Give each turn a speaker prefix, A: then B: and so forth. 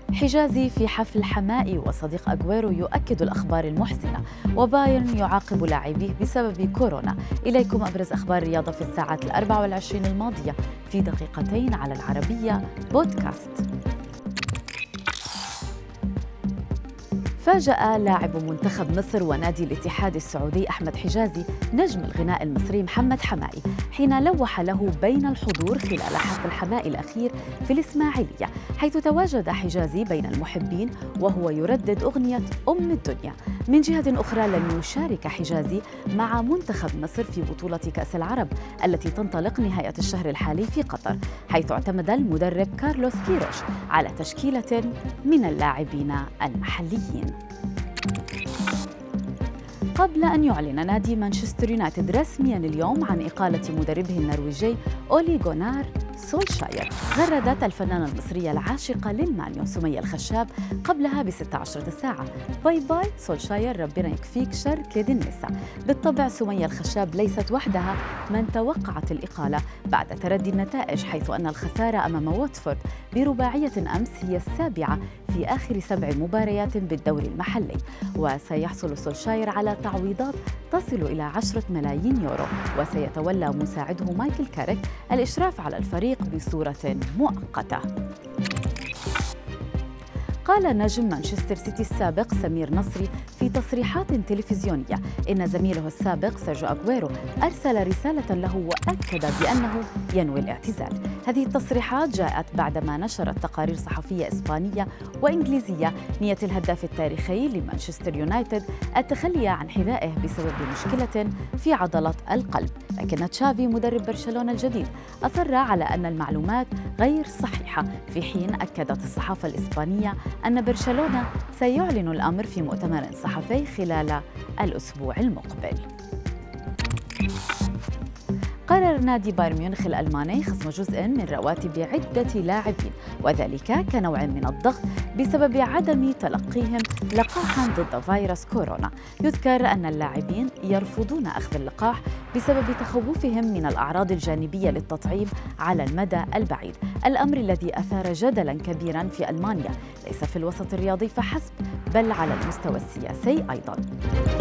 A: حجازي في حفل حمائي وصديق أغويرو يؤكد الأخبار المحزنة، وبايرن يعاقب لاعبيه بسبب كورونا. إليكم أبرز أخبار الرياضة في الساعات 24 الماضية في دقيقتين على العربية بودكاست. فاجأ لاعب منتخب مصر ونادي الاتحاد السعودي أحمد حجازي نجم الغناء المصري محمد حمائي حين لوح له بين الحضور خلال حفل حمائي الأخير في الإسماعيلية، حيث تواجد حجازي بين المحبين وهو يردد أغنية أم الدنيا. من جهة أخرى لم يشارك حجازي مع منتخب مصر في بطولة كأس العرب التي تنطلق نهاية الشهر الحالي في قطر، حيث اعتمد المدرب كارلوس كيروش على تشكيلة من اللاعبين المحليين. قبل أن يعلن نادي مانشستر يونايتد رسمياً اليوم عن إقالة مدربه النرويجي أولي جونار سولشاير، غردت الفنانة المصرية العاشقة للمانيو سمية الخشاب قبلها ب16 ساعة: باي باي سولشاير، ربنا يكفيك شر كيد النساء. بالطبع سمية الخشاب ليست وحدها من توقعت الإقالة بعد تردي النتائج، حيث أن الخسارة أمام واتفورد برباعية أمس هي السابعة في آخر 7 مباريات بالدوري المحلي. وسيحصل سولشاير على تعويضات تصل إلى 10 ملايين يورو، وسيتولى مساعده مايكل كاريك الإشراف على الفريق بصورة مؤقتة. قال نجم مانشستر سيتي السابق سمير نصري في تصريحات تلفزيونية إن زميله السابق سيرجيو أغويرو أرسل رسالة له وأكد بأنه ينوي الاعتزال. هذه التصريحات جاءت بعدما نشرت تقارير صحفية إسبانية وإنجليزية نية الهداف التاريخي لمانشستر يونايتد التخلي عن حذائه بسبب مشكلة في عضلة القلب، لكن تشافي مدرب برشلونة الجديد أصر على أن المعلومات غير صحيحة، في حين أكدت الصحافة الإسبانية أن برشلونة سيعلن الأمر في مؤتمر صحفي خلال الأسبوع المقبل. قرر نادي بايرن ميونخ الألماني خصم جزء من رواتب عدة لاعبين، وذلك كنوع من الضغط بسبب عدم تلقيهم لقاحاً ضد فيروس كورونا. يذكر أن اللاعبين يرفضون أخذ اللقاح بسبب تخوفهم من الأعراض الجانبية للتطعيم على المدى البعيد، الأمر الذي أثار جدلاً كبيراً في ألمانيا، ليس في الوسط الرياضي فحسب بل على المستوى السياسي أيضاً.